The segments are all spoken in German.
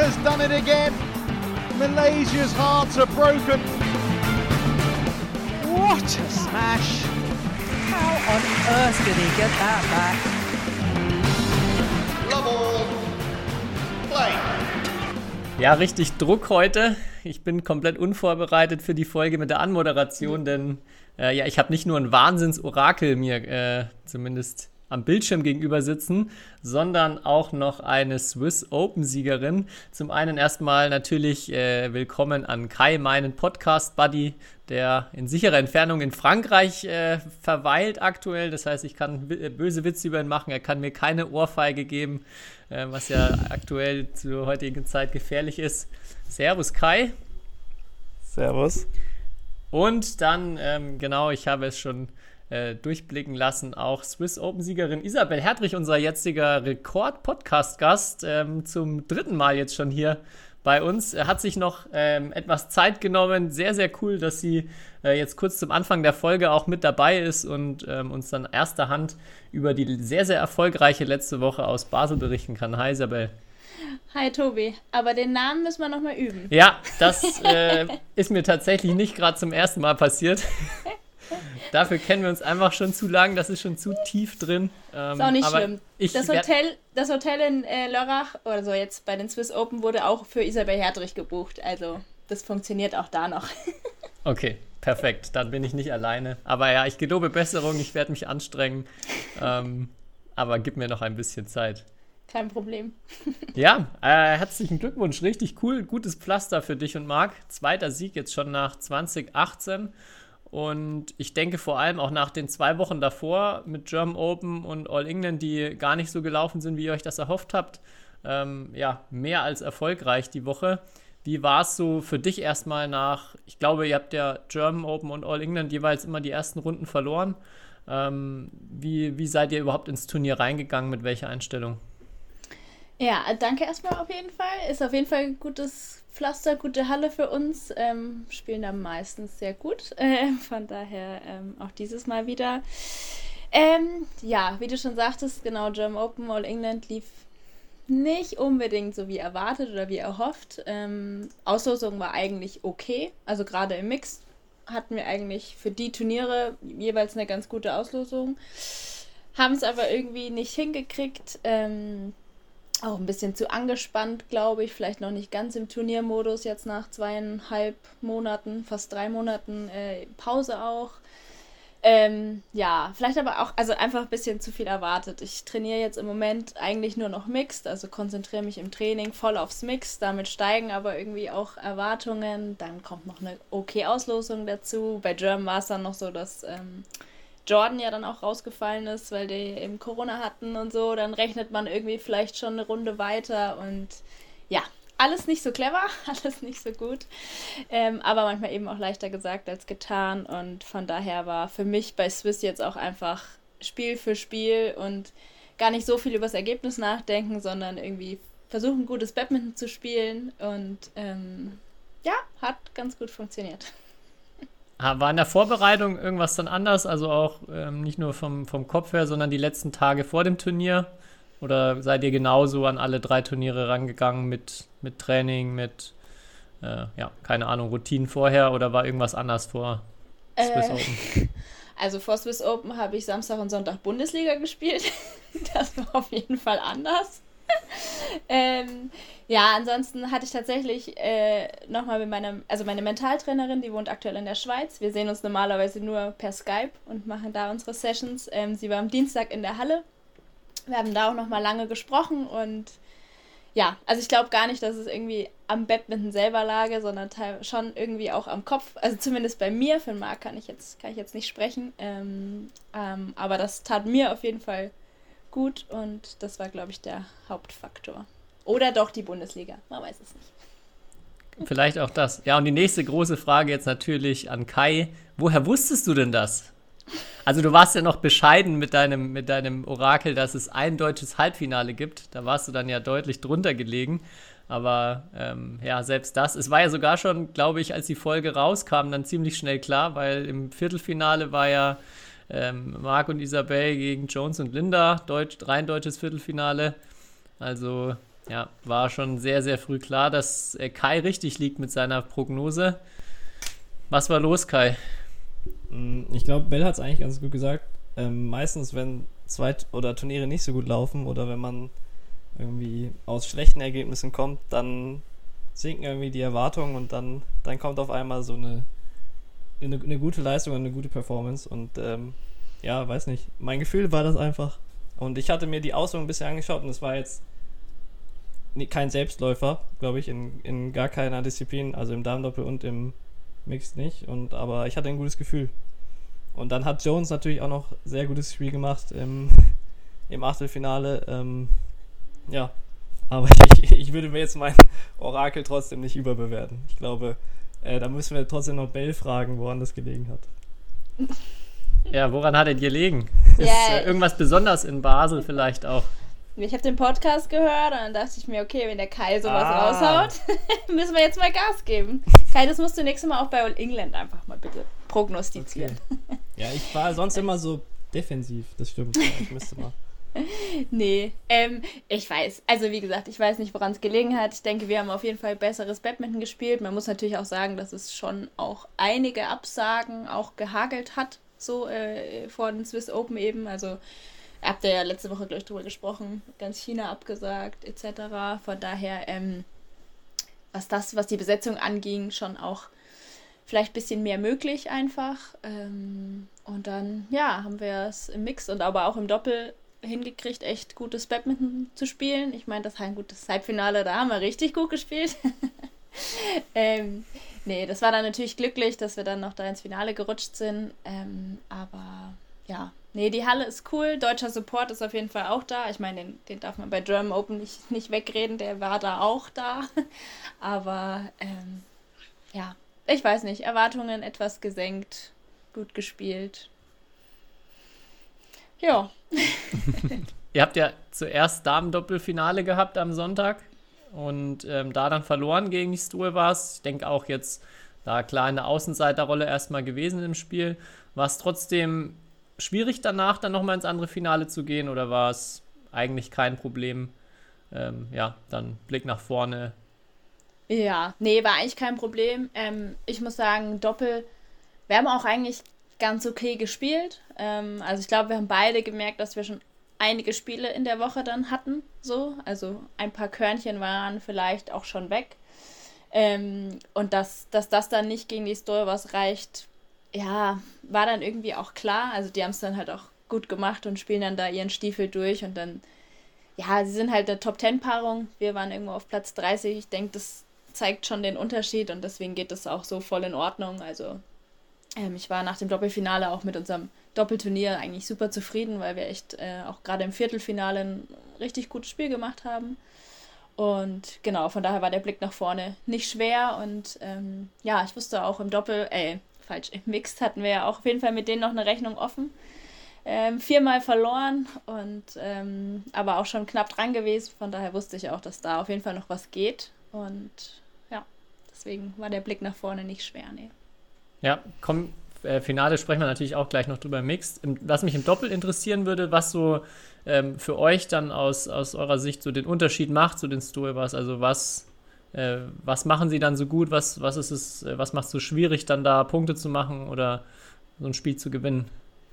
has done it again. Malaysia's hearts are broken. What a smash! How on earth did he get that back? Love all. Play. Ja, richtig Druck heute. Ich bin komplett unvorbereitet für die Folge mit der Anmoderation, denn ich habe nicht nur ein Wahnsinnsorakel mir zumindest am Bildschirm gegenüber sitzen, sondern auch noch eine Swiss Open-Siegerin. Zum einen erstmal natürlich willkommen an Kai, meinen Podcast-Buddy, der in sicherer Entfernung in Frankreich verweilt aktuell. Das heißt, ich kann böse Witze über ihn machen, er kann mir keine Ohrfeige geben, was ja aktuell zur heutigen Zeit gefährlich ist. Servus Kai. Servus. Und dann, ich habe es schon durchblicken lassen, auch Swiss Open-Siegerin Isabel Hertrich, unser jetziger Rekord-Podcast-Gast, zum dritten Mal jetzt schon hier bei uns. Er hat sich noch etwas Zeit genommen. Sehr, sehr cool, dass sie jetzt kurz zum Anfang der Folge auch mit dabei ist und uns dann erster Hand über die sehr, sehr erfolgreiche letzte Woche aus Basel berichten kann. Hi Isabel. Hi Tobi, aber den Namen müssen wir nochmal üben. Ja, das ist mir tatsächlich nicht gerade zum ersten Mal passiert. Dafür kennen wir uns einfach schon zu lang, das ist schon zu tief drin. Ist auch nicht schlimm. Das Hotel in Lörrach, oder so jetzt bei den Swiss Open, wurde auch für Isabel Hertrich gebucht. Also das funktioniert auch da noch. Okay, perfekt. Dann bin ich nicht alleine. Aber ja, ich gelobe Besserung, ich werde mich anstrengen. Aber gib mir noch ein bisschen Zeit. Kein Problem. Ja, herzlichen Glückwunsch. Richtig cool. Gutes Pflaster für dich und Marc. Zweiter Sieg jetzt schon nach 2018. Und ich denke vor allem auch nach den 2 Wochen davor mit German Open und All England, die gar nicht so gelaufen sind, wie ihr euch das erhofft habt. Mehr als erfolgreich die Woche. Wie war es so für dich erstmal ich glaube, ihr habt ja German Open und All England jeweils immer die ersten Runden verloren. Wie seid ihr überhaupt ins Turnier reingegangen? Mit welcher Einstellung? Ja, danke erstmal auf jeden Fall. Ist auf jeden Fall ein gutes Pflaster, gute Halle für uns. Spielen da meistens sehr gut. Von daher auch dieses Mal wieder. Wie du schon sagtest, genau, German Open, All England lief nicht unbedingt so wie erwartet oder wie erhofft. Auslosung war eigentlich okay. Also gerade im Mix hatten wir eigentlich für die Turniere jeweils eine ganz gute Auslosung. Haben es aber irgendwie nicht hingekriegt. Auch ein bisschen zu angespannt, glaube ich. Vielleicht noch nicht ganz im Turniermodus jetzt nach 2,5 Monaten, fast 3 Monaten Pause auch. Vielleicht aber auch, also einfach ein bisschen zu viel erwartet. Ich trainiere jetzt im Moment eigentlich nur noch Mixed, also konzentriere mich im Training voll aufs Mixed. Damit steigen aber irgendwie auch Erwartungen. Dann kommt noch eine Okay-Auslosung dazu. Bei German war es dann noch so, dass Jordan ja dann auch rausgefallen ist, weil die eben Corona hatten und so, dann rechnet man irgendwie vielleicht schon eine Runde weiter und ja, alles nicht so clever, alles nicht so gut, aber manchmal eben auch leichter gesagt als getan und von daher war für mich bei Swiss jetzt auch einfach Spiel für Spiel und gar nicht so viel über das Ergebnis nachdenken, sondern irgendwie versuchen, gutes Badminton zu spielen und hat ganz gut funktioniert. War in der Vorbereitung irgendwas dann anders? Also auch nicht nur vom Kopf her, sondern die letzten Tage vor dem Turnier? Oder seid ihr genauso an alle 3 Turniere rangegangen mit Training, mit, keine Ahnung, Routinen vorher? Oder war irgendwas anders vor Swiss Open? Also vor Swiss Open habe ich Samstag und Sonntag Bundesliga gespielt. Das war auf jeden Fall anders. Ansonsten hatte ich tatsächlich nochmal mit meine Mentaltrainerin, die wohnt aktuell in der Schweiz. Wir sehen uns normalerweise nur per Skype und machen da unsere Sessions. Sie war am Dienstag in der Halle. Wir haben da auch nochmal lange gesprochen und ja, also ich glaube gar nicht, dass es irgendwie am Badminton selber lag, sondern schon irgendwie auch am Kopf. Also zumindest bei mir, für den Marc kann ich jetzt nicht sprechen. Aber das tat mir auf jeden Fall gut und das war, glaube ich, der Hauptfaktor. Oder doch die Bundesliga, man weiß es nicht. Vielleicht auch das. Ja, und die nächste große Frage jetzt natürlich an Kai. Woher wusstest du denn das? Also du warst ja noch bescheiden mit deinem Orakel, dass es ein deutsches Halbfinale gibt. Da warst du dann ja deutlich drunter gelegen. Aber selbst das. Es war ja sogar schon, glaube ich, als die Folge rauskam, dann ziemlich schnell klar, weil im Viertelfinale war ja Marc und Isabel gegen Jones und Linda, rein deutsches Viertelfinale. Also Ja, war schon sehr, sehr früh klar, dass Kai richtig liegt mit seiner Prognose. Was war los, Kai? Ich glaube, Bell hat es eigentlich ganz gut gesagt. Meistens, wenn oder Turniere nicht so gut laufen oder wenn man irgendwie aus schlechten Ergebnissen kommt, dann sinken irgendwie die Erwartungen und dann kommt auf einmal so eine gute Leistung und eine gute Performance und weiß nicht. Mein Gefühl war das einfach. Und ich hatte mir die Auswahl ein bisschen angeschaut und es war jetzt kein Selbstläufer, glaube ich, in gar keiner Disziplin, also im Damendoppel und im Mixed nicht. Aber ich hatte ein gutes Gefühl. Und dann hat Jones natürlich auch noch sehr gutes Spiel gemacht im Achtelfinale. Aber ich würde mir jetzt mein Orakel trotzdem nicht überbewerten. Ich glaube, da müssen wir trotzdem noch Bell fragen, woran das gelegen hat. Ja, woran hat er gelegen? Ja. Ist irgendwas besonders in Basel vielleicht auch? Ich habe den Podcast gehört und dann dachte ich mir, okay, wenn der Kai sowas raushaut, müssen wir jetzt mal Gas geben. Kai, das musst du nächstes Mal auch bei All England einfach mal bitte prognostizieren. Okay. Ja, ich war sonst immer so defensiv, das stimmt. Ja, ich müsste mal. Nee, ich weiß. Also wie gesagt, ich weiß nicht, woran es gelegen hat. Ich denke, wir haben auf jeden Fall besseres Badminton gespielt. Man muss natürlich auch sagen, dass es schon auch einige Absagen auch gehagelt hat, so vor den Swiss Open eben. Also habt ihr ja letzte Woche gleich drüber gesprochen, ganz China abgesagt etc. Von daher, was die Besetzung anging, schon auch vielleicht ein bisschen mehr möglich einfach. Und dann, haben wir es im Mix und aber auch im Doppel hingekriegt, echt gutes Badminton zu spielen. Ich meine, das Halbfinale, da haben wir richtig gut gespielt. Das war dann natürlich glücklich, dass wir dann noch da ins Finale gerutscht sind. Aber ja, die Halle ist cool. Deutscher Support ist auf jeden Fall auch da. Ich meine, den darf man bei German Open nicht wegreden. Der war da auch da. Aber ich weiß nicht. Erwartungen etwas gesenkt. Gut gespielt. Ja. Ihr habt ja zuerst Damen-Doppelfinale gehabt am Sonntag und da dann verloren gegen die Stoevas. Ich denke auch jetzt, da klar in der Außenseiterrolle erstmal gewesen im Spiel. War es trotzdem schwierig danach dann nochmal ins andere Finale zu gehen oder war es eigentlich kein Problem? Dann Blick nach vorne. Ja, war eigentlich kein Problem. Ich muss sagen, Doppel, wir haben auch eigentlich ganz okay gespielt. Also ich glaube, wir haben beide gemerkt, dass wir schon einige Spiele in der Woche dann hatten. So. Also ein paar Körnchen waren vielleicht auch schon weg. Und dass das dann nicht gegen die Stoevas reicht, war dann irgendwie auch klar. Also die haben es dann halt auch gut gemacht und spielen dann da ihren Stiefel durch. Und dann, sie sind halt eine Top-10-Paarung. Wir waren irgendwo auf Platz 30. Ich denke, das zeigt schon den Unterschied und deswegen geht das auch so voll in Ordnung. Also ich war nach dem Doppelfinale auch mit unserem Doppelturnier eigentlich super zufrieden, weil wir echt auch gerade im Viertelfinale ein richtig gutes Spiel gemacht haben. Und genau, von daher war der Blick nach vorne nicht schwer. Und ich wusste auch im im Mixed hatten wir ja auch auf jeden Fall mit denen noch eine Rechnung offen. 4-mal verloren und aber auch schon knapp dran gewesen. Von daher wusste ich auch, dass da auf jeden Fall noch was geht. Und deswegen war der Blick nach vorne nicht schwer, Ja, Finale sprechen wir natürlich auch gleich noch drüber Mixed. Was mich im Doppel interessieren würde, was so für euch dann aus eurer Sicht so den Unterschied macht zu den Stoevas. Also was machen sie dann so gut? Was macht es so schwierig, dann da Punkte zu machen oder so ein Spiel zu gewinnen?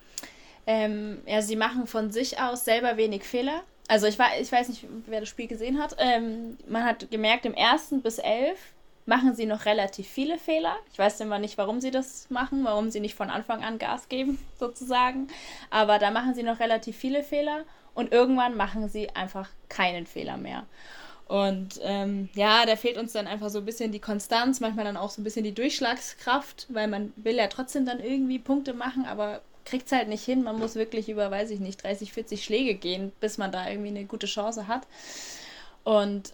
Sie machen von sich aus selber wenig Fehler. Also ich weiß nicht, wer das Spiel gesehen hat. Man hat gemerkt, im 1. bis 11 machen sie noch relativ viele Fehler. Ich weiß immer nicht, warum sie das machen, warum sie nicht von Anfang an Gas geben, sozusagen. Aber da machen sie noch relativ viele Fehler und irgendwann machen sie einfach keinen Fehler mehr. Und da fehlt uns dann einfach so ein bisschen die Konstanz, manchmal dann auch so ein bisschen die Durchschlagskraft, weil man will ja trotzdem dann irgendwie Punkte machen, aber kriegt es halt nicht hin. Man muss wirklich über, 30, 40 Schläge gehen, bis man da irgendwie eine gute Chance hat. Und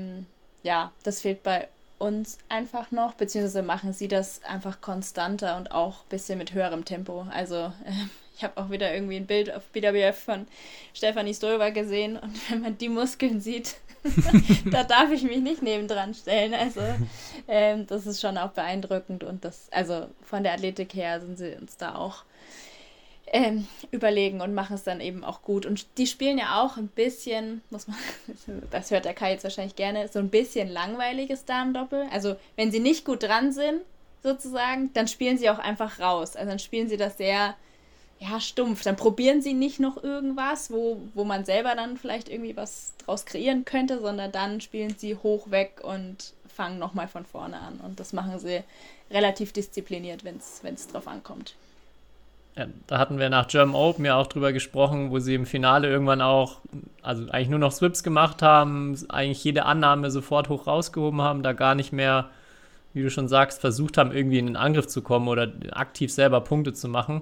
das fehlt bei uns einfach noch, beziehungsweise machen sie das einfach konstanter und auch ein bisschen mit höherem Tempo. Also ich habe auch wieder irgendwie ein Bild auf BWF von Stefanie Stoeva gesehen und wenn man die Muskeln sieht, da darf ich mich nicht nebendran stellen. Also das ist schon auch beeindruckend und also von der Athletik her sind sie uns da auch überlegen und machen es dann eben auch gut. Und die spielen ja auch ein bisschen, das hört der Kai jetzt wahrscheinlich gerne, so ein bisschen langweiliges Damendoppel. Also wenn sie nicht gut dran sind, sozusagen, dann spielen sie auch einfach raus. Also dann spielen sie das sehr, ja, stumpf. Dann probieren sie nicht noch irgendwas, wo man selber dann vielleicht irgendwie was draus kreieren könnte, sondern dann spielen sie hoch weg und fangen nochmal von vorne an. Und das machen sie relativ diszipliniert, wenn es drauf ankommt. Ja, da hatten wir nach German Open ja auch drüber gesprochen, wo sie im Finale irgendwann auch, also eigentlich nur noch Swips gemacht haben, eigentlich jede Annahme sofort hoch rausgehoben haben, da gar nicht mehr, wie du schon sagst, versucht haben, irgendwie in den Angriff zu kommen oder aktiv selber Punkte zu machen.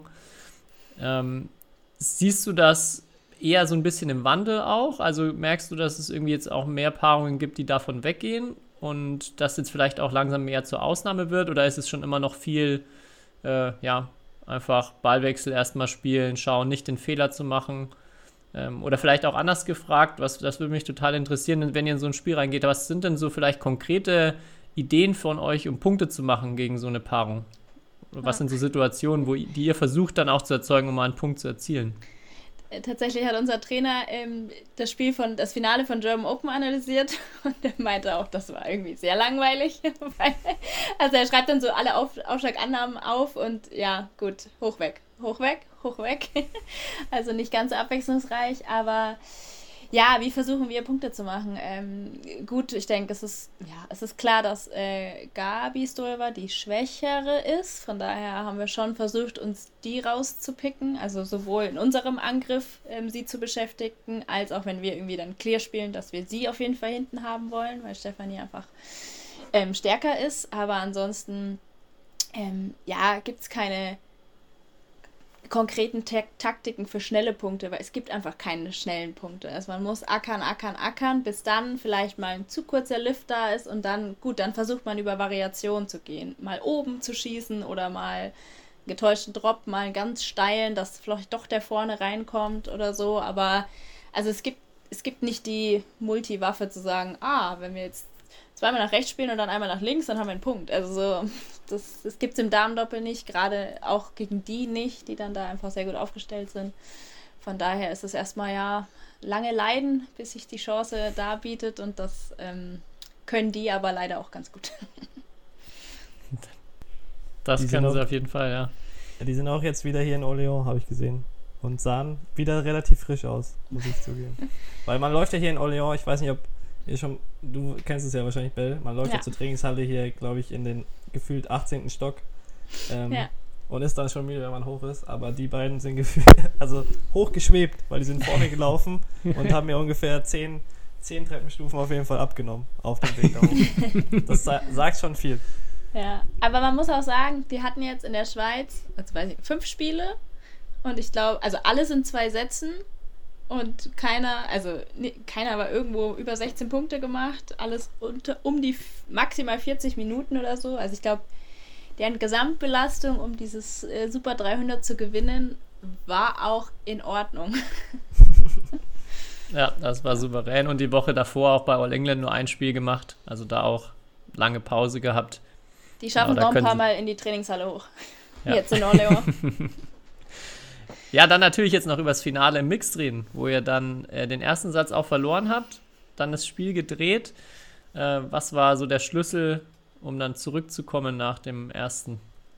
Siehst du das eher so ein bisschen im Wandel auch? Also merkst du, dass es irgendwie jetzt auch mehr Paarungen gibt, die davon weggehen und das jetzt vielleicht auch langsam mehr zur Ausnahme wird? Oder ist es schon immer noch viel, einfach Ballwechsel erstmal spielen, schauen, nicht den Fehler zu machen? Oder vielleicht auch anders gefragt, das würde mich total interessieren, wenn ihr in so ein Spiel reingeht. Was sind denn so vielleicht konkrete Ideen von euch, um Punkte zu machen gegen so eine Paarung? Oder was sind so Situationen, die ihr versucht dann auch zu erzeugen, um mal einen Punkt zu erzielen? Tatsächlich hat unser Trainer das Finale von German Open analysiert und der meinte auch, das war irgendwie sehr langweilig. Also er schreibt dann so alle Aufschlagannahmen auf und ja, gut, hoch weg. Also nicht ganz so abwechslungsreich, aber ja, wie versuchen wir Punkte zu machen? Gut, ich denke, es ist klar, dass Gabi Stolva die Schwächere ist. Von daher haben wir schon versucht, uns die rauszupicken. Also sowohl in unserem Angriff sie zu beschäftigen, als auch wenn wir irgendwie dann clear spielen, dass wir sie auf jeden Fall hinten haben wollen, weil Stefanie einfach stärker ist. Aber ansonsten, gibt es keine konkreten Taktiken für schnelle Punkte, weil es gibt einfach keine schnellen Punkte. Also man muss ackern, bis dann vielleicht mal ein zu kurzer Lift da ist und dann versucht man über Variationen zu gehen. Mal oben zu schießen oder mal einen getäuschten Drop, mal einen ganz steilen, dass vielleicht doch der vorne reinkommt oder so. Aber also es gibt nicht die Multiwaffe zu sagen, wenn wir jetzt zweimal nach rechts spielen und dann einmal nach links, dann haben wir einen Punkt. Also so, das gibt es im Damendoppel nicht, gerade auch gegen die nicht, die dann da einfach sehr gut aufgestellt sind. Von daher ist es erstmal lange leiden, bis sich die Chance darbietet und das können die aber leider auch ganz gut. Das können sie auf jeden Fall, ja. Die sind auch jetzt wieder hier in Orléans, habe ich gesehen. Und sahen wieder relativ frisch aus, muss ich zugeben. Weil man läuft ja hier in Orléans, ich weiß nicht, ob du kennst es ja wahrscheinlich, Bell, man läuft ja zur Trainingshalle hier, glaube ich, in den gefühlt 18. Stock und ist dann schon müde, wenn man hoch ist, aber die beiden sind gefühlt, also hochgeschwebt, weil die sind vorne gelaufen und haben mir ungefähr 10 Treppenstufen auf jeden Fall abgenommen auf dem Weg da hoch. Das sagt schon viel. Ja, aber man muss auch sagen, die hatten jetzt in der Schweiz, 5 Spiele und ich glaube, also alles in 2 Sätzen. Und keiner war irgendwo über 16 Punkte gemacht, alles um die maximal 40 Minuten oder so. Also ich glaube, deren Gesamtbelastung, um dieses Super 300 zu gewinnen, war auch in Ordnung. Ja, das war souverän. Und die Woche davor auch bei All England nur ein Spiel gemacht. Also da auch lange Pause gehabt. Die schaffen noch ein paar Mal in die Trainingshalle hoch. Ja. Jetzt in Orléans. Ja, dann natürlich jetzt noch über das Finale im Mixed reden, wo ihr dann den ersten Satz auch verloren habt, dann das Spiel gedreht. Was war so der Schlüssel, um dann zurückzukommen nach dem ersten?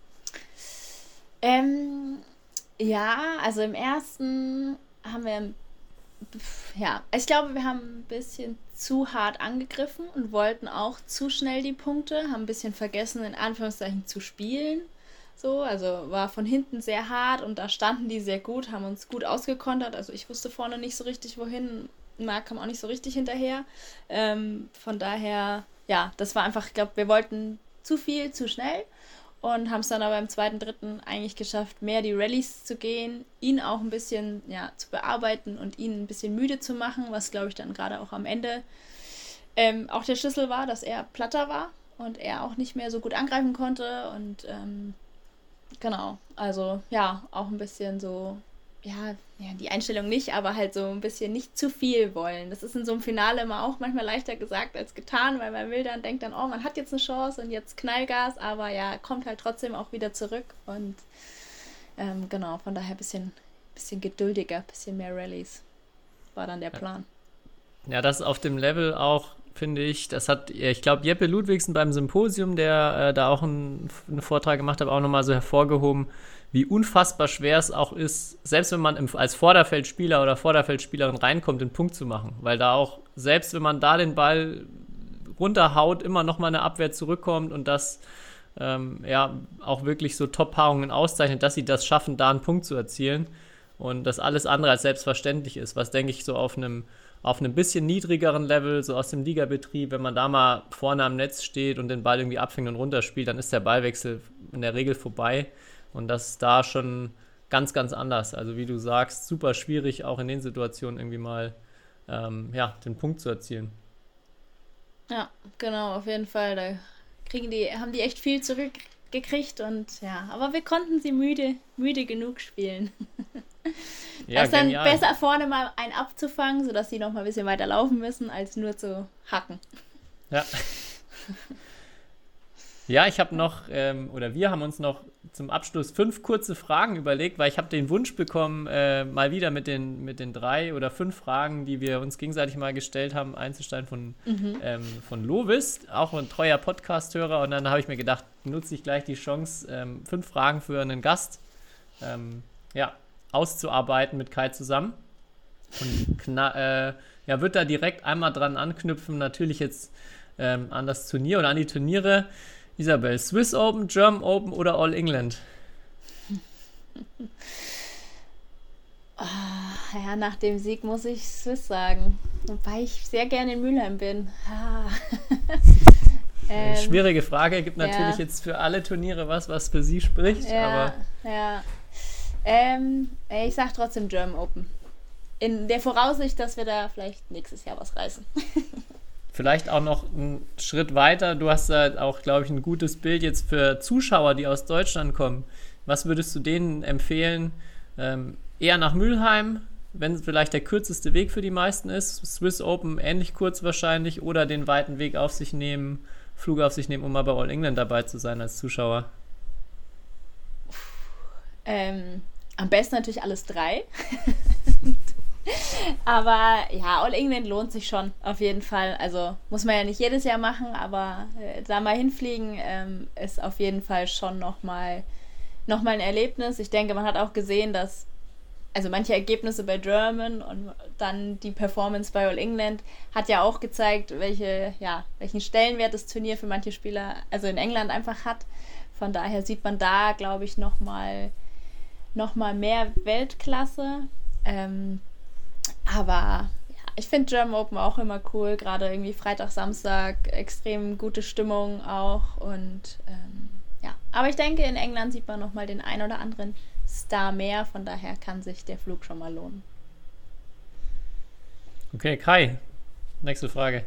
Also im ersten haben wir, ich glaube, wir haben ein bisschen zu hart angegriffen und wollten auch zu schnell die Punkte, haben ein bisschen vergessen, in Anführungszeichen zu spielen. So, also war von hinten sehr hart und da standen die sehr gut, haben uns gut ausgekontert. Also ich wusste vorne nicht so richtig, wohin. Marc kam auch nicht so richtig hinterher. Von daher, das war einfach, ich glaube, wir wollten zu viel, zu schnell und haben es dann aber im zweiten, dritten eigentlich geschafft, mehr die Rallyes zu gehen, ihn auch ein bisschen zu bearbeiten und ihn ein bisschen müde zu machen, was, glaube ich, dann gerade auch am Ende auch der Schlüssel war, dass er platter war und er auch nicht mehr so gut angreifen konnte und genau, also auch ein bisschen so, die Einstellung nicht, aber halt so ein bisschen nicht zu viel wollen. Das ist in so einem Finale immer auch manchmal leichter gesagt als getan, weil man denkt dann, man hat jetzt eine Chance und jetzt Knallgas, aber kommt halt trotzdem auch wieder zurück und Genau, von daher bisschen geduldiger, bisschen mehr Rallyes war dann der Plan. Ja, das auf dem Level auch, finde ich, das hat, ich glaube, Jeppe Ludwigsen beim Symposium, der da auch einen Vortrag gemacht hat, auch nochmal so hervorgehoben, wie unfassbar schwer es auch ist, selbst wenn man als Vorderfeldspieler oder Vorderfeldspielerin reinkommt, den Punkt zu machen. Weil da auch, selbst wenn man da den Ball runterhaut, immer nochmal eine Abwehr zurückkommt und das auch wirklich so Top-Paarungen auszeichnet, dass sie das schaffen, da einen Punkt zu erzielen. Und das alles andere als selbstverständlich ist, was, denke ich, so auf einem bisschen niedrigeren Level, so aus dem Ligabetrieb, wenn man da mal vorne am Netz steht und den Ball irgendwie abfängt und runterspielt, dann ist der Ballwechsel in der Regel vorbei. Und das ist da schon ganz, ganz anders. Also wie du sagst, super schwierig, auch in den Situationen irgendwie mal den Punkt zu erzielen. Ja, genau, auf jeden Fall. Da haben die echt viel zurückgekriegt und ja, aber wir konnten sie müde genug spielen. Ja, das ist dann genial. besser vorne mal einen abzufangen, sodass sie noch mal ein bisschen weiter laufen müssen, als nur zu hacken. Ja. Ja, ich habe noch, wir haben uns noch zum Abschluss 5 kurze Fragen überlegt, weil ich habe den Wunsch bekommen, mal wieder mit den 3 oder 5 Fragen, die wir uns gegenseitig mal gestellt haben, einzusteigen von Lovis, auch ein treuer Podcast-Hörer. Und dann habe ich mir gedacht, nutze ich gleich die Chance, 5 Fragen für einen Gast auszuarbeiten mit Kai zusammen. Und wird da direkt einmal dran anknüpfen, natürlich jetzt an das Turnier oder an die Turniere. Isabel, Swiss Open, German Open oder All England? Ja, nach dem Sieg muss ich Swiss sagen. Wobei ich sehr gerne in Mülheim bin. Schwierige Frage, gibt natürlich jetzt für alle Turniere was für sie spricht. Ich sag trotzdem German Open. In der Voraussicht, dass wir da vielleicht nächstes Jahr was reißen. Vielleicht auch noch einen Schritt weiter. Du hast da auch, glaube ich, ein gutes Bild jetzt für Zuschauer, die aus Deutschland kommen. Was würdest du denen empfehlen? Eher nach Mülheim, wenn vielleicht der kürzeste Weg für die meisten ist. Swiss Open ähnlich kurz wahrscheinlich. Oder den weiten Weg Flug auf sich nehmen, um mal bei All England dabei zu sein als Zuschauer. Am besten natürlich alles 3. Aber ja, All England lohnt sich schon, auf jeden Fall. Also muss man ja nicht jedes Jahr machen, aber da mal hinfliegen ist auf jeden Fall schon nochmal ein Erlebnis. Ich denke, man hat auch gesehen, dass manche Ergebnisse bei German und dann die Performance bei All England hat ja auch gezeigt, welchen Stellenwert das Turnier für manche Spieler, also in England einfach hat. Von daher sieht man da, glaube ich, nochmal mehr Weltklasse. Aber ich finde German Open auch immer cool, gerade irgendwie Freitag, Samstag, extrem gute Stimmung auch und aber ich denke, in England sieht man nochmal den ein oder anderen Star mehr, von daher kann sich der Flug schon mal lohnen. Okay, Kai, nächste Frage.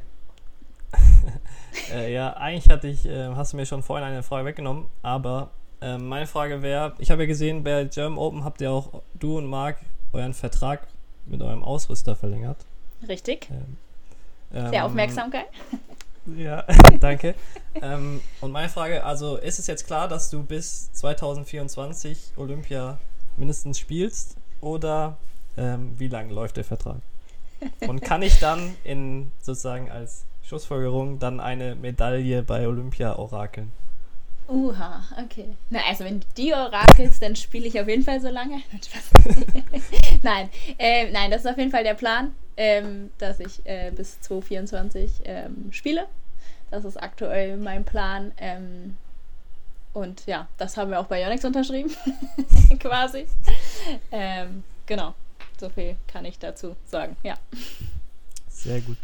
Eigentlich hast du mir schon vorhin eine Frage weggenommen, aber meine Frage wäre, ich habe ja gesehen, bei German Open habt ihr auch, du und Marc, euren Vertrag mit eurem Ausrüster verlängert. Richtig. Sehr aufmerksam, Kai. Ja, danke. Und meine Frage, also ist es jetzt klar, dass du bis 2024 Olympia mindestens spielst oder wie lange läuft der Vertrag? Und kann ich dann sozusagen als Schlussfolgerung dann eine Medaille bei Olympia orakeln? Okay. Na, also wenn du die orakelst, dann spiele ich auf jeden Fall so lange. Nein, das ist auf jeden Fall der Plan, dass ich bis 2024 spiele. Das ist aktuell mein Plan. Und ja, das haben wir auch bei Yonex unterschrieben, quasi. Genau, so viel kann ich dazu sagen, ja. Sehr gut.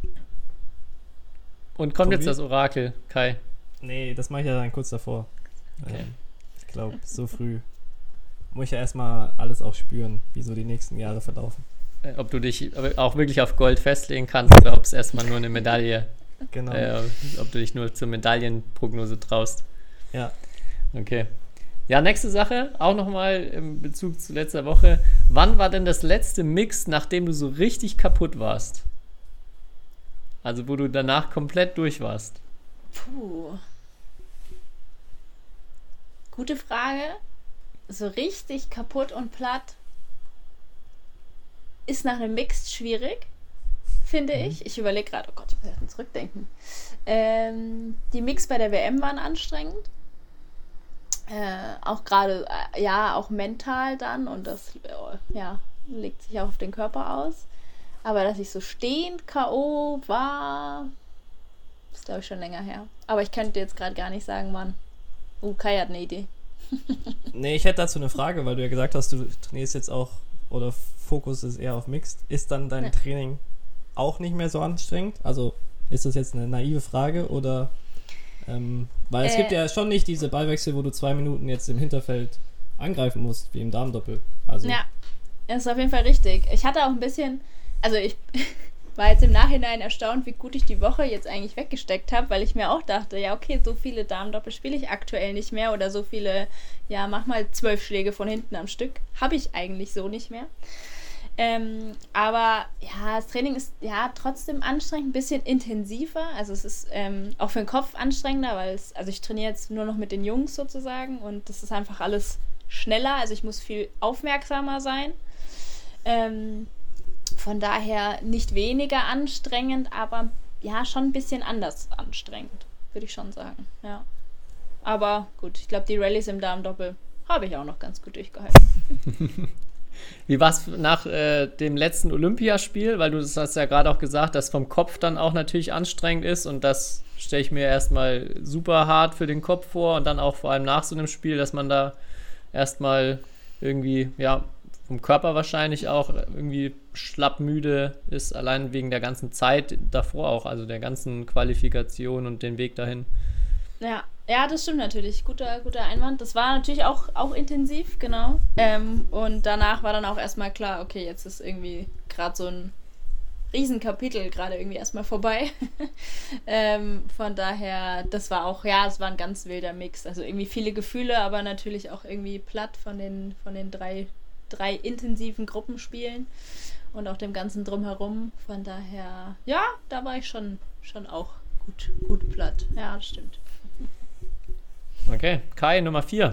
Und kommt jetzt das Orakel, Kai? Nee, das mache ich ja dann kurz davor. Okay. Ich glaube, so früh muss ich ja erstmal alles auch spüren, wie so die nächsten Jahre verlaufen. Ob du dich auch wirklich auf Gold festlegen kannst oder ob es erstmal nur eine Medaille, genau. Ob du dich nur zur Medaillenprognose traust. Ja. Okay. Ja, nächste Sache, auch nochmal im Bezug zu letzter Woche. Wann war denn das letzte Mix, nachdem du so richtig kaputt warst? Also wo du danach komplett durch warst? Puh. Gute Frage. so richtig kaputt und platt ist nach einem Mixed schwierig, finde ich. Ich überlege gerade, oh Gott, ich muss erst mal zurückdenken. Die Mix bei der WM waren anstrengend. Auch gerade, auch mental dann und das, legt sich auch auf den Körper aus. Aber dass ich so stehend K.O. war, ist glaube ich schon länger her. Aber ich könnte jetzt gerade gar nicht sagen, wann. Kai hat eine Idee. Nee, ich hätte dazu eine Frage, weil du ja gesagt hast, du trainierst jetzt auch, oder Fokus ist eher auf Mixed. Ist dann dein Training auch nicht mehr so anstrengend? Also ist das jetzt eine naive Frage oder... weil es gibt ja schon nicht diese Ballwechsel, wo du 2 Minuten jetzt im Hinterfeld angreifen musst, wie im Damendoppel. Also ja, das ist auf jeden Fall richtig. Ich hatte auch ein bisschen, also ich war jetzt im Nachhinein erstaunt, wie gut ich die Woche jetzt eigentlich weggesteckt habe, weil ich mir auch dachte, ja okay, so viele Damendoppel spiele ich aktuell nicht mehr oder so viele, mach mal 12 Schläge von hinten am Stück, habe ich eigentlich so nicht mehr. Aber das Training ist trotzdem anstrengend, ein bisschen intensiver. Also es ist auch für den Kopf anstrengender, weil ich trainiere jetzt nur noch mit den Jungs sozusagen und das ist einfach alles schneller. Also ich muss viel aufmerksamer sein. Von daher nicht weniger anstrengend, aber schon ein bisschen anders anstrengend, würde ich schon sagen. Ja. Aber gut, ich glaube, die Rallyes im Damendoppel habe ich auch noch ganz gut durchgehalten. Wie war es nach dem letzten Olympiaspiel? Weil du das hast ja gerade auch gesagt, dass vom Kopf dann auch natürlich anstrengend ist und das stelle ich mir erstmal super hart für den Kopf vor und dann auch vor allem nach so einem Spiel, dass man da erstmal irgendwie, vom Körper wahrscheinlich auch irgendwie schlappmüde ist, allein wegen der ganzen Zeit davor auch, also der ganzen Qualifikation und den Weg dahin. Ja, das stimmt natürlich. Guter Einwand. Das war natürlich auch intensiv, genau. Und danach war dann auch erstmal klar, okay, jetzt ist irgendwie gerade so ein Riesenkapitel gerade irgendwie erstmal vorbei. Von daher, das war auch, es war ein ganz wilder Mix. Also irgendwie viele Gefühle, aber natürlich auch irgendwie platt von den drei intensiven Gruppenspielen und auch dem ganzen Drumherum. Von daher, da war ich schon auch gut platt. Ja, das stimmt. Okay, Kai, Nummer 4.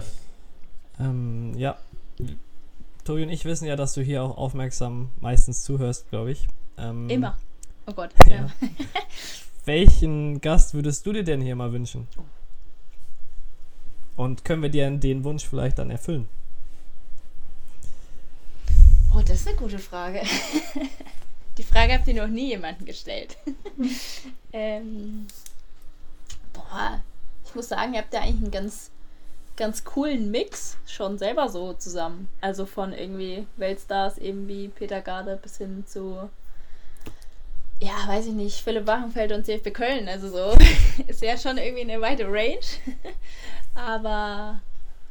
Tobi und ich wissen ja, dass du hier auch aufmerksam meistens zuhörst, glaube ich. Immer. Oh Gott. Ja. Welchen Gast würdest du dir denn hier mal wünschen? Und können wir dir den Wunsch vielleicht dann erfüllen? Oh, das ist eine gute Frage. Die Frage habt ihr noch nie jemandem gestellt. Ich muss sagen, ihr habt ja eigentlich einen ganz, ganz coolen Mix schon selber so zusammen. Also von irgendwie Weltstars eben wie Peter Garde bis hin zu, weiß ich nicht, Philipp Wachenfeld und CFB Köln. Also so ist ja schon irgendwie eine weite Range. Aber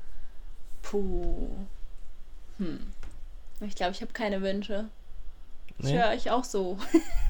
ich glaube, ich habe keine Wünsche. Ich höre euch auch so.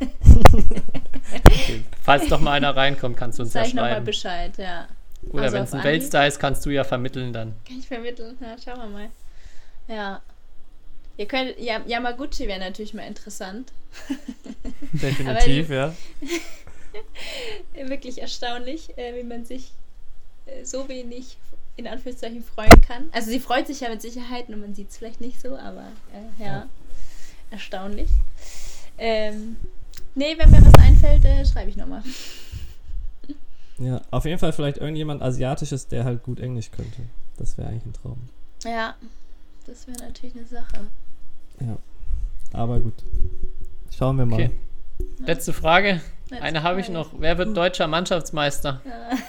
Okay. Falls doch mal einer reinkommt, kannst du uns ja schreiben. Sag ich nochmal Bescheid, ja. Oder also wenn es ein Weltstar ist, kannst du ja vermitteln dann. Kann ich vermitteln? Ja, schauen wir mal. Ja. Ihr könnt, Yamaguchi wäre natürlich mal interessant. Definitiv, ja. Wirklich erstaunlich, wie man sich so wenig in Anführungszeichen freuen kann. Also sie freut sich ja mit Sicherheit, nur man sieht es vielleicht nicht so, aber erstaunlich. Wenn mir was einfällt, schreibe ich nochmal. Ja, auf jeden Fall vielleicht irgendjemand Asiatisches, der halt gut Englisch könnte. Das wäre eigentlich ein Traum. Ja, das wäre natürlich eine Sache. Ja, aber gut. Schauen wir mal. Okay. Letzte Frage. Eine habe ich noch. Wer wird deutscher Mannschaftsmeister?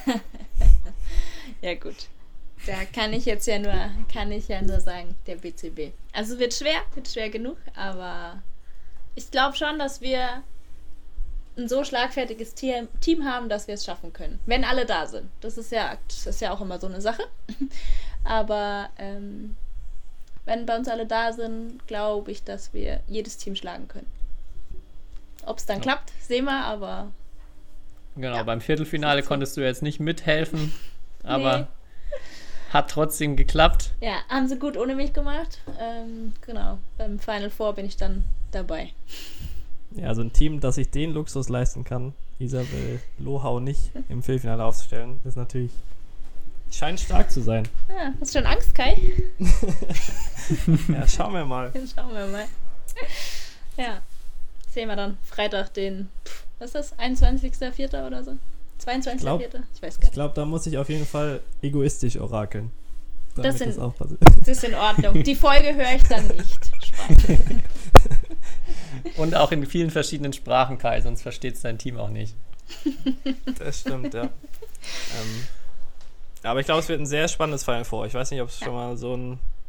Ja gut. Da kann ich ja nur sagen, der BCB. Also wird schwer genug, aber ich glaube schon, dass wir ein so schlagfertiges Team haben, dass wir es schaffen können. Wenn alle da sind. Das ist ja auch immer so eine Sache. Aber wenn bei uns alle da sind, glaube ich, dass wir jedes Team schlagen können. Ob es dann klappt, sehen wir, aber Genau, beim Viertelfinale konntest du jetzt nicht mithelfen, aber hat trotzdem geklappt. Ja, haben sie gut ohne mich gemacht. Genau, beim Final Four bin ich dann dabei. Ja, also ein Team, das sich den Luxus leisten kann, Isabel Lohau nicht im Viertelfinale aufzustellen, ist natürlich Scheint stark zu sein. Ja, hast du schon Angst, Kai? Ja, schauen wir mal. Schauen wir mal. Ja, sehen wir dann Freitag den, was ist das, 21.04. oder so? 22.04.? Ich weiß gar Ich nicht. glaube, da muss ich auf jeden Fall egoistisch orakeln. Das damit sind- auch passiert. Das ist in Ordnung. Die Folge höre ich dann nicht. Spaß. Und auch in vielen verschiedenen Sprachen, Kai, sonst versteht es dein Team auch nicht. Das stimmt, ja. Aber ich glaube, es wird ein sehr spannendes Final Four. Ich weiß nicht, ob es schon mal so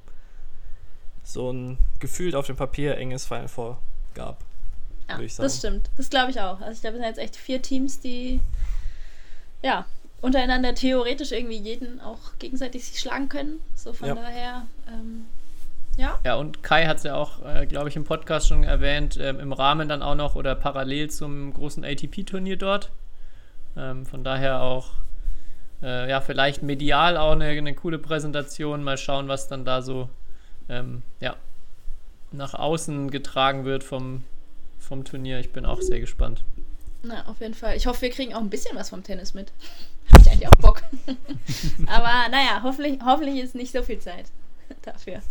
ein gefühlt auf dem Papier enges Final Four gab. Ja, würde ich sagen. das stimmt. Das glaube ich auch. Also ich glaube, es sind jetzt echt 4 Teams, die ja untereinander theoretisch irgendwie jeden auch gegenseitig sich schlagen können. So von Ja. daher, ja. Ja, und Kai hat es ja auch, glaube ich, im Podcast schon erwähnt, im Rahmen dann auch noch oder parallel zum großen ATP-Turnier dort. Von daher auch, ja, vielleicht medial auch eine coole Präsentation. Mal schauen, was dann da so, ja, nach außen getragen wird vom Turnier. Ich bin auch sehr gespannt. Na, auf jeden Fall. Ich hoffe, wir kriegen auch ein bisschen was vom Tennis mit. Hab ich eigentlich auch Bock. Aber naja, hoffentlich ist nicht so viel Zeit dafür.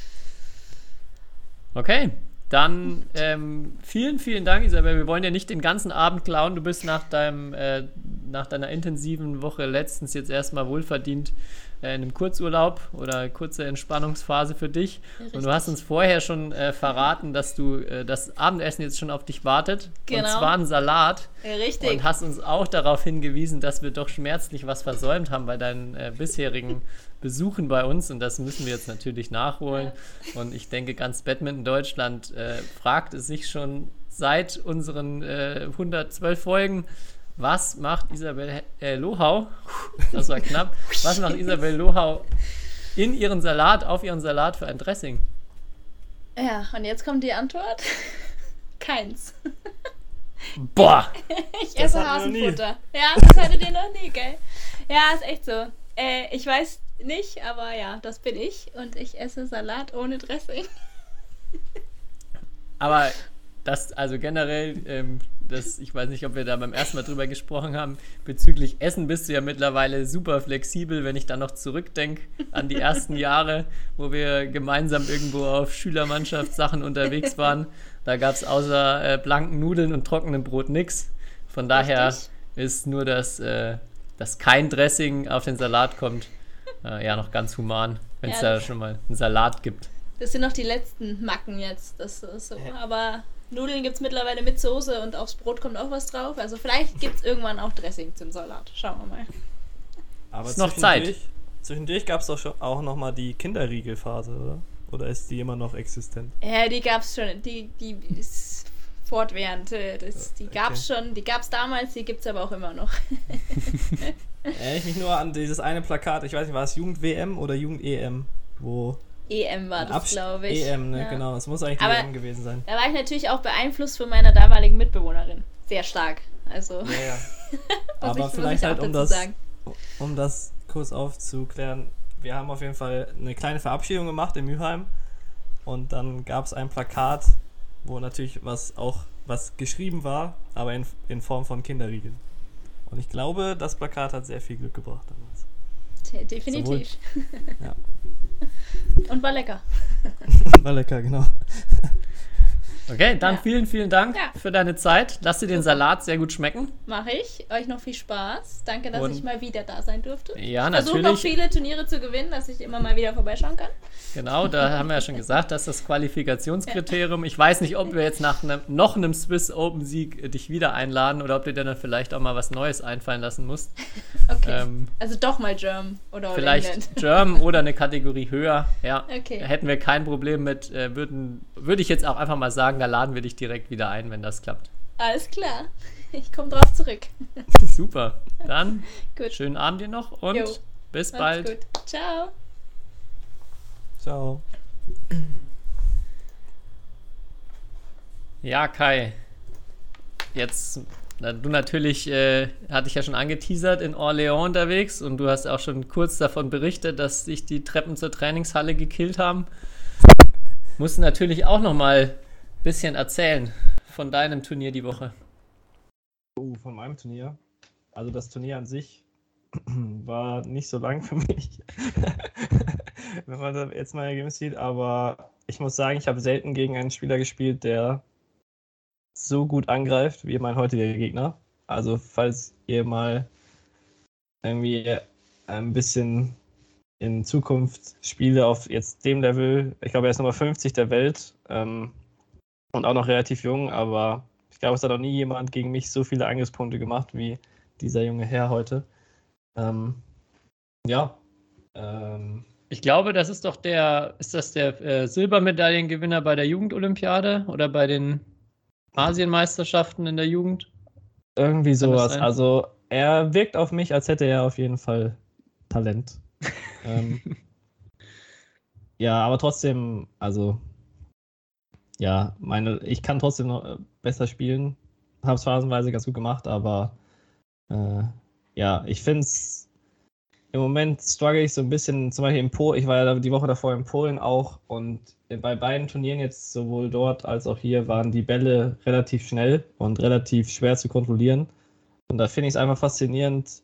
Okay, dann vielen, vielen Dank, Isabel. Wir wollen ja nicht den ganzen Abend klauen. Du bist nach deiner intensiven Woche letztens jetzt erstmal wohlverdient in einem Kurzurlaub oder kurze Entspannungsphase für dich. Richtig. Und du hast uns vorher schon verraten, dass du das Abendessen jetzt schon auf dich wartet. Genau. Und zwar ein Salat. Richtig. Und hast uns auch darauf hingewiesen, dass wir doch schmerzlich was versäumt haben bei deinen bisherigen Besuchen bei uns. Und das müssen wir jetzt natürlich nachholen. Und ich denke, ganz Badminton Deutschland fragt es sich schon seit unseren 112 Folgen, was macht Isabel Lohau, das war knapp, was macht Isabel Lohau auf ihren Salat für ein Dressing? Ja, und jetzt kommt die Antwort. Keins. Boah! Ich esse hatten wir noch nie. Hasenfutter. Ja, das hattet ihr noch nie, gell? Ja, ist echt so. Ich weiß nicht, aber ja, das bin ich. Und ich esse Salat ohne Dressing. Aber das, also generell, ich weiß nicht, ob wir da beim ersten Mal drüber gesprochen haben, bezüglich Essen bist du ja mittlerweile super flexibel, wenn ich dann noch zurückdenke an die ersten Jahre, wo wir gemeinsam irgendwo auf Schülermannschaftssachen unterwegs waren. Da gab es außer blanken Nudeln und trockenem Brot nichts. Von daher Richtig. ist nur dass kein Dressing auf den Salat kommt, ja, noch ganz human, wenn es Ja, da schon mal einen Salat gibt. Das sind noch die letzten Macken jetzt. Das ist so. Aber Nudeln gibt es mittlerweile mit Soße und aufs Brot kommt auch was drauf. Also vielleicht gibt es irgendwann auch Dressing zum Salat. Schauen wir mal. Aber Ist noch Zeit. Zwischendurch gab es doch schon auch nochmal die Kinderriegelphase, oder? Oder ist die immer noch existent? Ja, die gab es schon. Die ist fortwährend. Die gab es schon. Die gab es damals, die gibt es aber auch immer noch. Erinnere ich mich nur an dieses eine Plakat, ich weiß nicht, war es Jugend-WM oder Jugend-EM? Wo EM war das, glaube ich. EM, ne, Ja. genau. Es muss eigentlich die Aber- EM gewesen sein. Da war ich natürlich auch beeinflusst von meiner damaligen Mitbewohnerin. Sehr stark. Also, Ja, ja. muss Aber ich vielleicht auch halt, um dazu das, sagen. um das kurz aufzuklären, wir haben auf jeden Fall eine kleine Verabschiedung gemacht in Mülheim und dann gab es ein Plakat, wo natürlich was geschrieben war, aber in Form von Kinderriegeln. Und ich glaube, das Plakat hat sehr viel Glück gebracht damals. Definitiv. Ja. Und war lecker. War lecker, genau. Okay, dann Ja. vielen, vielen Dank Ja. für deine Zeit. Lass dir den Salat sehr gut schmecken. Mache ich. Euch noch viel Spaß. Danke, dass Und- ich mal wieder da sein durfte. Ja, Versuche noch natürlich. viele Turniere zu gewinnen, dass ich immer mal wieder vorbeischauen kann. Genau, da haben wir ja schon gesagt, das ist das Qualifikationskriterium. Ich weiß nicht, ob wir jetzt nach noch einem Swiss Open Sieg dich wieder einladen oder ob du dir dann vielleicht auch mal was Neues einfallen lassen musst. Okay. Also doch mal German oder All Vielleicht England. German oder eine Kategorie höher. Ja, Okay. da hätten wir kein Problem mit. Würde ich jetzt auch einfach mal sagen, da laden wir dich direkt wieder ein, wenn das klappt. Alles klar. Ich komme drauf zurück. Super. Dann Gut. schönen Abend dir noch und Jo. bis Macht's bald. gut. Ciao. Ciao. Ja, Kai. Jetzt, du natürlich, hatte ich ja schon angeteasert, in Orléans unterwegs und du hast auch schon kurz davon berichtet, dass sich die Treppen zur Trainingshalle gekillt haben. Musst natürlich auch noch mal ein bisschen erzählen von deinem Turnier die Woche. Von meinem Turnier. Also das Turnier an sich war nicht so lang für mich, wenn man da jetzt mal Ergebnis sieht, aber ich muss sagen, ich habe selten gegen einen Spieler gespielt, der so gut angreift wie mein heutiger Gegner. Also falls ihr mal irgendwie ein bisschen in Zukunft Spiele auf jetzt dem Level, ich glaube, er ist Nummer 50 der Welt und auch noch relativ jung, aber ich glaube, es hat noch nie jemand gegen mich so viele Angriffspunkte gemacht wie dieser junge Herr heute. Ja. Ich glaube, das ist doch der Silbermedaillengewinner bei der Jugendolympiade oder bei den Asienmeisterschaften in der Jugend? Irgendwie Kann das sowas. sein? Also er wirkt auf mich, als hätte er auf jeden Fall Talent. Ja, aber trotzdem, also ja, ich kann trotzdem noch besser spielen. Habe es phasenweise ganz gut gemacht, aber ja, ich finde es im Moment struggle ich so ein bisschen, zum Beispiel in Polen, ich war ja die Woche davor in Polen auch und bei beiden Turnieren jetzt, sowohl dort als auch hier, waren die Bälle relativ schnell und relativ schwer zu kontrollieren. Und da finde ich es einfach faszinierend,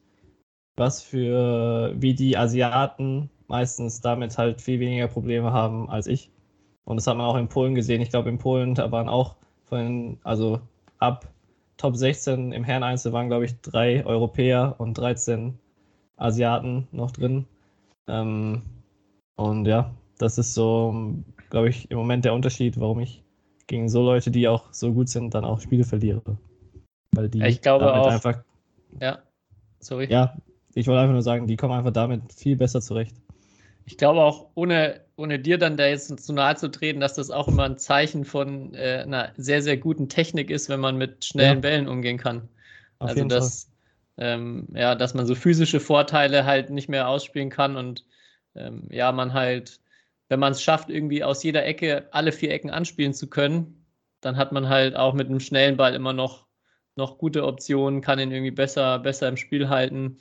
wie die Asiaten meistens damit halt viel weniger Probleme haben als ich. Und das hat man auch in Polen gesehen. Ich glaube, in Polen, da waren auch also ab Top 16 im Herreneinzel waren, glaube ich, 3 Europäer und 13 Asiaten noch drin. Und ja, das ist so, glaube ich, im Moment der Unterschied, warum ich gegen so Leute, die auch so gut sind, dann auch Spiele verliere. Weil die Ich glaube damit auch. einfach, Ja, sorry. ja, ich wollte einfach nur sagen, die kommen einfach damit viel besser zurecht. Ich glaube auch, ohne dir dann da jetzt zu nahe zu treten, dass das auch immer ein Zeichen von einer sehr, sehr guten Technik ist, wenn man mit schnellen Bällen umgehen kann. Auf Also jeden dass man so physische Vorteile halt nicht mehr ausspielen kann und man halt, wenn man es schafft, irgendwie aus jeder Ecke alle 4 Ecken anspielen zu können, dann hat man halt auch mit einem schnellen Ball immer noch gute Optionen, kann ihn irgendwie besser im Spiel halten.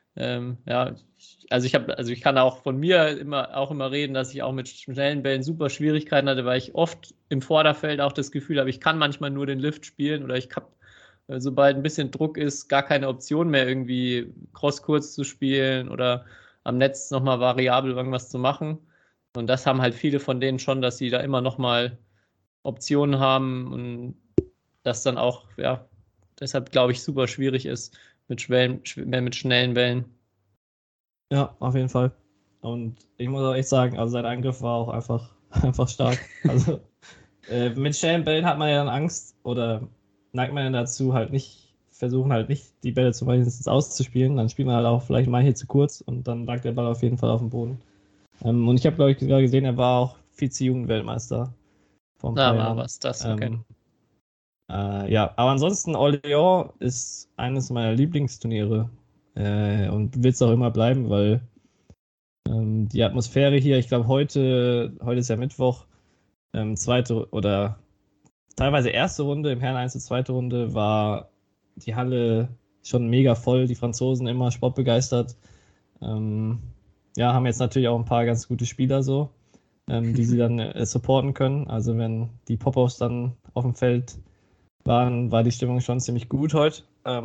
Ich kann auch von mir immer reden, dass ich auch mit schnellen Bällen super Schwierigkeiten hatte, weil ich oft im Vorderfeld auch das Gefühl habe, ich kann manchmal nur den Lift spielen oder ich habe, sobald ein bisschen Druck ist, gar keine Option mehr, irgendwie Cross-Kurz zu spielen oder am Netz nochmal variabel irgendwas zu machen. Und das haben halt viele von denen schon, dass sie da immer nochmal Optionen haben und das dann auch, ja, deshalb glaube ich, super schwierig ist mit schnellen Bällen. Ja, auf jeden Fall. Und ich muss auch echt sagen, also sein Angriff war auch einfach stark. Also mit schnellen Bällen hat man ja dann Angst oder neigt man dann dazu, versuchen halt nicht die Bälle zumindest auszuspielen. Dann spielt man halt auch vielleicht mal hier zu kurz und dann lag der Ball auf jeden Fall auf dem Boden. Und ich habe, glaube ich, gerade gesehen, er war auch Vize-Jugendweltmeister vor ein paar Jahren. Was das, okay. Ja, aber ansonsten Orléans ist eines meiner Lieblingsturniere und wird es auch immer bleiben, weil die Atmosphäre hier, ich glaube heute ist ja Mittwoch, zweite oder teilweise erste Runde, im Herreneinzel zweite Runde war die Halle schon mega voll, die Franzosen immer sportbegeistert. Haben jetzt natürlich auch ein paar ganz gute Spieler so, die sie dann supporten können. Also wenn die Pop-Offs dann auf dem Feld waren, war die Stimmung schon ziemlich gut heute.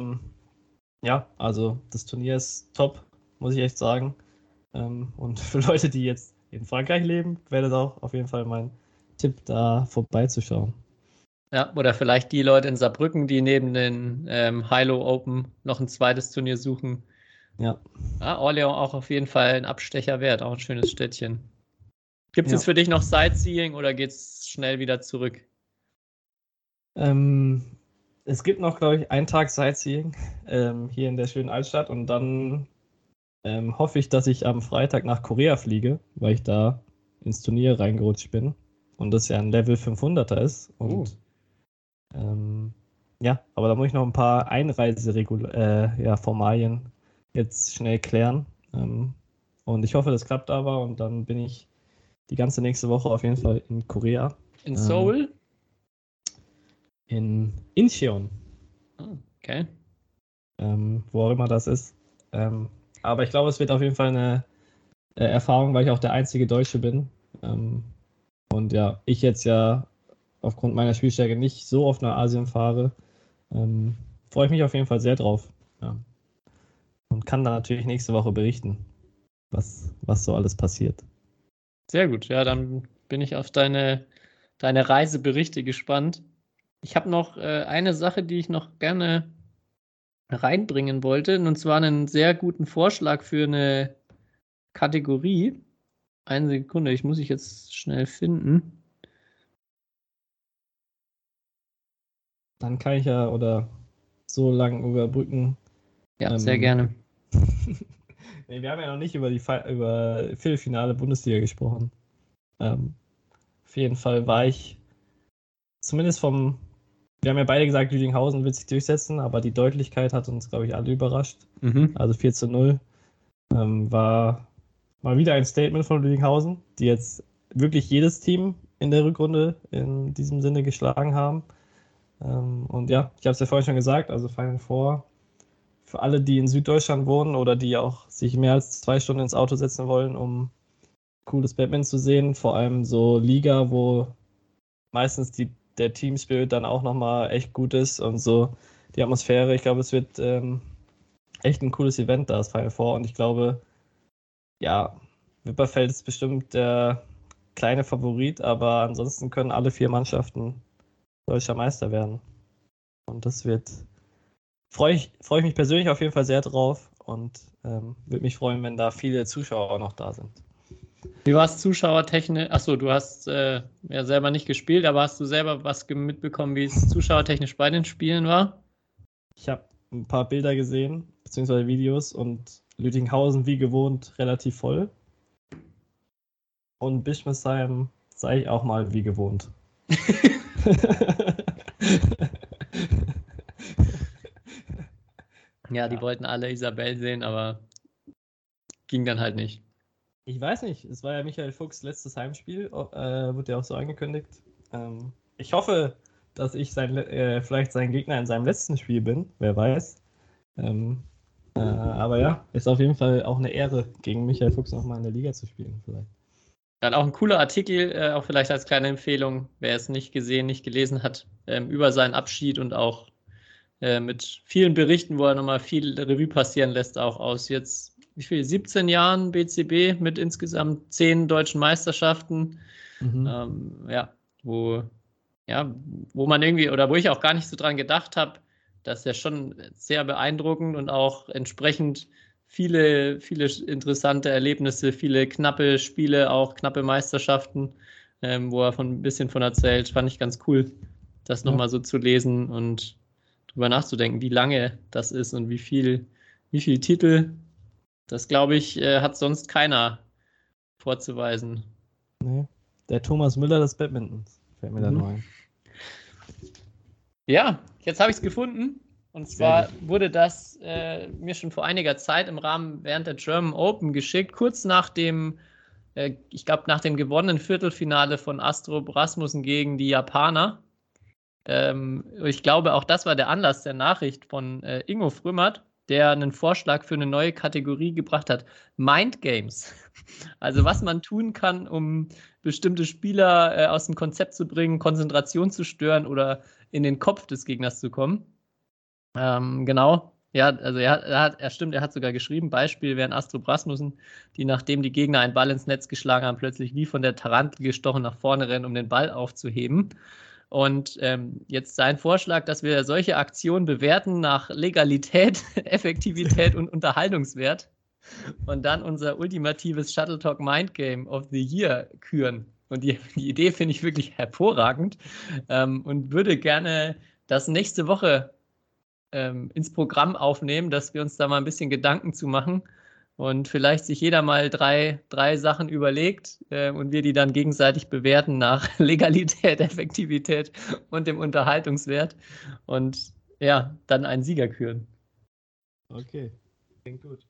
Also das Turnier ist top, muss ich echt sagen. Und für Leute, die jetzt in Frankreich leben, wäre das auch auf jeden Fall mein Tipp, da vorbeizuschauen. Ja, oder vielleicht die Leute in Saarbrücken, die neben den Hilo Open noch ein zweites Turnier suchen. Ja. Orléans auch auf jeden Fall ein Abstecher wert, auch ein schönes Städtchen. Gibt es jetzt für dich noch Sightseeing oder geht es schnell wieder zurück? Es gibt noch, glaube ich, einen Tag Sightseeing hier in der schönen Altstadt und dann hoffe ich, dass ich am Freitag nach Korea fliege, weil ich da ins Turnier reingerutscht bin und das ja ein Level 500er ist. Und aber da muss ich noch ein paar Formalien jetzt schnell klären. Und ich hoffe, das klappt aber und dann bin ich die ganze nächste Woche auf jeden Fall in Korea. In Seoul? In Incheon. Okay. Wo auch immer das ist. Aber ich glaube, es wird auf jeden Fall eine Erfahrung, weil ich auch der einzige Deutsche bin. Und ja, ich jetzt ja aufgrund meiner Spielstärke nicht so oft nach Asien fahre. Freue ich mich auf jeden Fall sehr drauf. Ja. und kann dann natürlich nächste Woche berichten, was so alles passiert. Sehr gut, ja, dann bin ich auf deine Reiseberichte gespannt. Ich habe noch eine Sache, die ich noch gerne reinbringen wollte, und zwar einen sehr guten Vorschlag für eine Kategorie. Eine Sekunde, muss ich jetzt schnell finden. Dann kann ich ja oder so lang überbrücken. Ja, sehr gerne. Nee, wir haben ja noch nicht über Viertelfinale Bundesliga gesprochen. Auf jeden Fall war ich zumindest wir haben ja beide gesagt, Lüdinghausen wird sich durchsetzen, aber die Deutlichkeit hat uns, glaube ich, alle überrascht. Also 4-0 war mal wieder ein Statement von Lüdinghausen, die jetzt wirklich jedes Team in der Rückrunde in diesem Sinne geschlagen haben. Und ja, ich habe es ja vorhin schon gesagt, also Final Four für alle, die in Süddeutschland wohnen oder die auch sich mehr als 2 Stunden ins Auto setzen wollen, um cooles Badminton zu sehen. Vor allem so Liga, wo meistens der Team-Spirit dann auch nochmal echt gut ist und so die Atmosphäre. Ich glaube, es wird echt ein cooles Event da, das Final Four. Und ich glaube, ja, Wipperfeld ist bestimmt der kleine Favorit, aber ansonsten können alle 4 Mannschaften deutscher Meister werden. Und das freue ich mich persönlich auf jeden Fall sehr drauf und würde mich freuen, wenn da viele Zuschauer auch noch da sind. Wie war es zuschauertechnisch? Achso, du hast ja selber nicht gespielt, aber hast du selber was mitbekommen, wie es zuschauertechnisch bei den Spielen war? Ich habe ein paar Bilder gesehen, beziehungsweise Videos, und Lüdinghausen wie gewohnt relativ voll. Und Bischmesheim sei ich auch mal wie gewohnt. Ja, die wollten alle Isabel sehen, aber ging dann halt nicht. Ich weiß nicht, es war ja Michael Fuchs' letztes Heimspiel, wurde ja auch so angekündigt. Ich hoffe, dass ich vielleicht sein Gegner in seinem letzten Spiel bin, wer weiß. Aber ja, ist auf jeden Fall auch eine Ehre, gegen Michael Fuchs nochmal in der Liga zu spielen vielleicht. Dann auch ein cooler Artikel, auch vielleicht als kleine Empfehlung, wer es nicht gesehen, nicht gelesen hat, über seinen Abschied und auch mit vielen Berichten, wo er nochmal viel Revue passieren lässt, auch aus jetzt, wie viel, 17 Jahren BCB mit insgesamt 10 deutschen Meisterschaften. Wo man irgendwie, oder wo ich auch gar nicht so dran gedacht habe, dass er schon sehr beeindruckend und auch entsprechend viele interessante Erlebnisse, viele knappe Spiele, auch knappe Meisterschaften, wo er ein bisschen von erzählt. Fand ich ganz cool, das nochmal so zu lesen und drüber nachzudenken, wie lange das ist und wie viel Titel. Das, glaube ich, hat sonst keiner vorzuweisen. Nee, der Thomas Müller des Badmintons, fällt mir da nur ein. Ja, jetzt habe ich es gefunden. Und zwar wurde das mir schon vor einiger Zeit während der German Open geschickt, kurz nach dem, ich glaube, nach dem gewonnenen Viertelfinale von Astrup Rasmussen gegen die Japaner. Ich glaube, auch das war der Anlass der Nachricht von Ingo Frömmert, der einen Vorschlag für eine neue Kategorie gebracht hat. Mind Games. Also was man tun kann, um bestimmte Spieler aus dem Konzept zu bringen, Konzentration zu stören oder in den Kopf des Gegners zu kommen. Genau. Ja, also er hat sogar geschrieben, Beispiel wären Astrup Rasmussen, die nachdem die Gegner einen Ball ins Netz geschlagen haben, plötzlich wie von der Tarantel gestochen nach vorne rennen, um den Ball aufzuheben. Und jetzt sein Vorschlag, dass wir solche Aktionen bewerten nach Legalität, Effektivität und Unterhaltungswert und dann unser ultimatives Shuttle Talk Mind Game of the Year küren. Und die Idee finde ich wirklich hervorragend und würde gerne das nächste Woche ins Programm aufnehmen, dass wir uns da mal ein bisschen Gedanken zu machen und vielleicht sich jeder mal drei Sachen überlegt und wir die dann gegenseitig bewerten nach Legalität, Effektivität und dem Unterhaltungswert und ja, dann einen Sieger küren. Okay, klingt gut.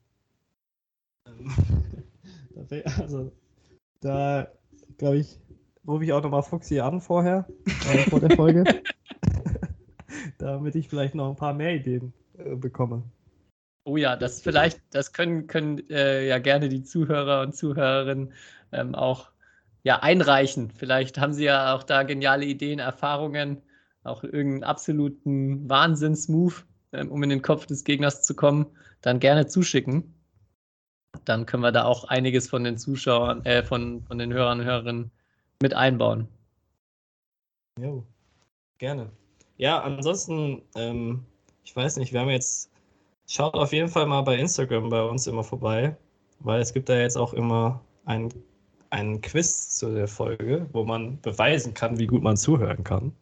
Da glaube ich, rufe ich auch nochmal Fuchsi an vor der Folge, damit ich vielleicht noch ein paar mehr Ideen bekomme. Oh ja, das können ja gerne die Zuhörer und Zuhörerinnen auch einreichen. Vielleicht haben sie ja auch da geniale Ideen, Erfahrungen, auch irgendeinen absoluten Wahnsinnsmove, um in den Kopf des Gegners zu kommen, dann gerne zuschicken. Dann können wir da auch einiges von den Zuschauern, von den Hörern und Hörerinnen mit einbauen. Jo, gerne. Ja, ansonsten, ich weiß nicht, schaut auf jeden Fall mal bei Instagram bei uns immer vorbei, weil es gibt da jetzt auch immer einen Quiz zu der Folge, wo man beweisen kann, wie gut man zuhören kann.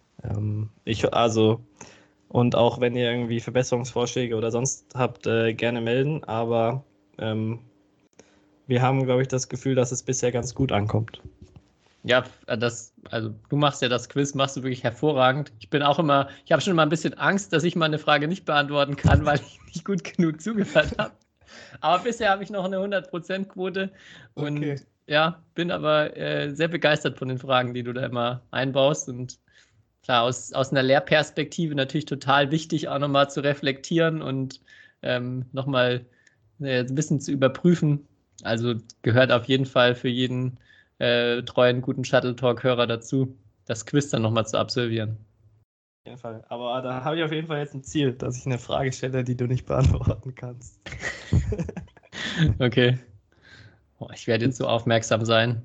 Und auch wenn ihr irgendwie Verbesserungsvorschläge oder sonst habt, gerne melden, aber wir haben, glaube ich, das Gefühl, dass es bisher ganz gut ankommt. Ja, also du machst ja das Quiz, machst du wirklich hervorragend. Ich habe schon mal ein bisschen Angst, dass ich mal eine Frage nicht beantworten kann, weil ich nicht gut genug zugehört habe. Aber bisher habe ich noch eine 100%-Quote und Okay. ja, bin aber sehr begeistert von den Fragen, die du da immer einbaust. Und klar, aus einer Lehrperspektive natürlich total wichtig, auch nochmal zu reflektieren und nochmal ein bisschen zu überprüfen. Also gehört auf jeden Fall für jeden treuen, guten Shuttle-Talk-Hörer dazu, das Quiz dann nochmal zu absolvieren. Auf jeden Fall. Aber da habe ich auf jeden Fall jetzt ein Ziel, dass ich eine Frage stelle, die du nicht beantworten kannst. Okay. Ich werde jetzt so aufmerksam sein.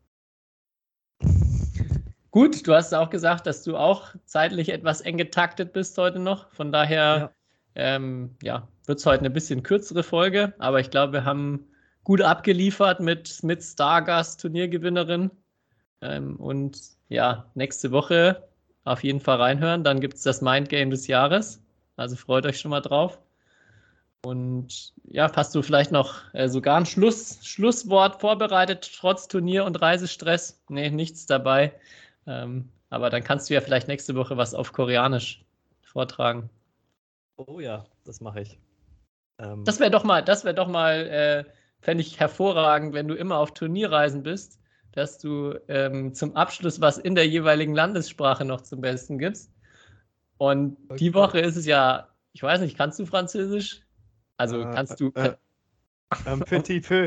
Gut, du hast auch gesagt, dass du auch zeitlich etwas eng getaktet bist heute noch. Von daher wird es heute eine bisschen kürzere Folge, aber ich glaube, wir haben gut abgeliefert mit Stargast, Turniergewinnerin. Und ja, nächste Woche auf jeden Fall reinhören. Dann gibt es das Mindgame des Jahres. Also freut euch schon mal drauf. Und ja, hast du vielleicht noch sogar ein Schlusswort vorbereitet, trotz Turnier- und Reisestress? Nee, nichts dabei. Aber dann kannst du ja vielleicht nächste Woche was auf Koreanisch vortragen. Oh ja, das mache ich. Das wäre doch mal, fände ich hervorragend, wenn du immer auf Turnierreisen bist, dass du zum Abschluss was in der jeweiligen Landessprache noch zum Besten gibst. Und die Woche ist es ja, ich weiß nicht, kannst du Französisch? Also kannst du... Petit peu.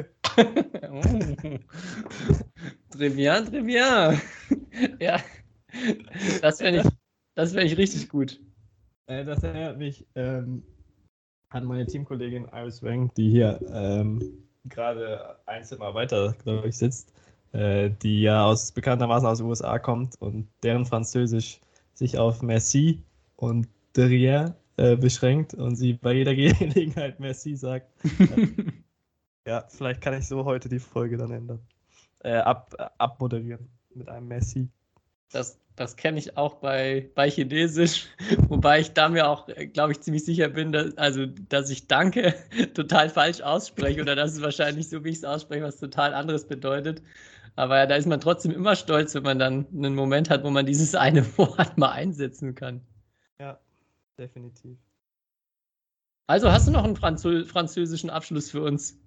Très bien, très bien. Ja, das fände ich richtig gut. Das erinnert mich an meine Teamkollegin Iris Wang, die hier gerade ein Zimmer weiter, glaube ich, sitzt, die ja bekanntermaßen aus den USA kommt und deren Französisch sich auf Merci und de rien beschränkt und sie bei jeder Gelegenheit Merci sagt. Ja, vielleicht kann ich so heute die Folge dann ändern. Abmoderieren mit einem Merci. Das kenne ich auch bei Chinesisch, wobei ich da mir auch, glaube ich, ziemlich sicher bin, dass ich Danke total falsch ausspreche oder dass es wahrscheinlich so, wie ich es ausspreche, was total anderes bedeutet. Aber ja, da ist man trotzdem immer stolz, wenn man dann einen Moment hat, wo man dieses eine Wort mal einsetzen kann. Ja, definitiv. Also hast du noch einen französischen Abschluss für uns?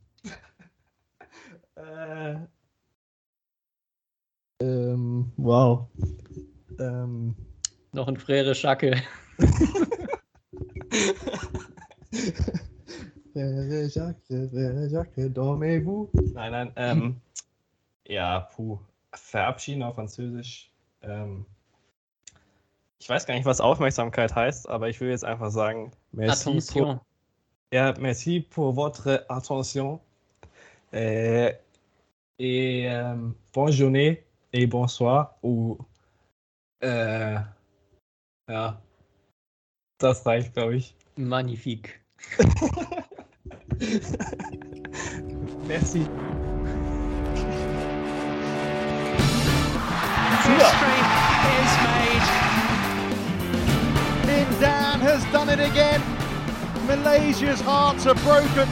Wow. Noch ein Frère Jacques. Frère Jacques, dormez-vous? Nein. Ja, verabschieden auf Französisch. Ich weiß gar nicht, was Aufmerksamkeit heißt, aber ich will jetzt einfach sagen, Attention. Merci pour votre attention. Et bonne journée et bonsoir. Ja, das reicht, glaube ich. Magnifique. Merci. History is made. Lin Dan has done it again. Malaysia's hearts are broken.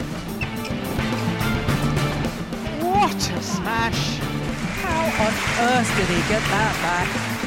What a smash! How on earth did he get that back?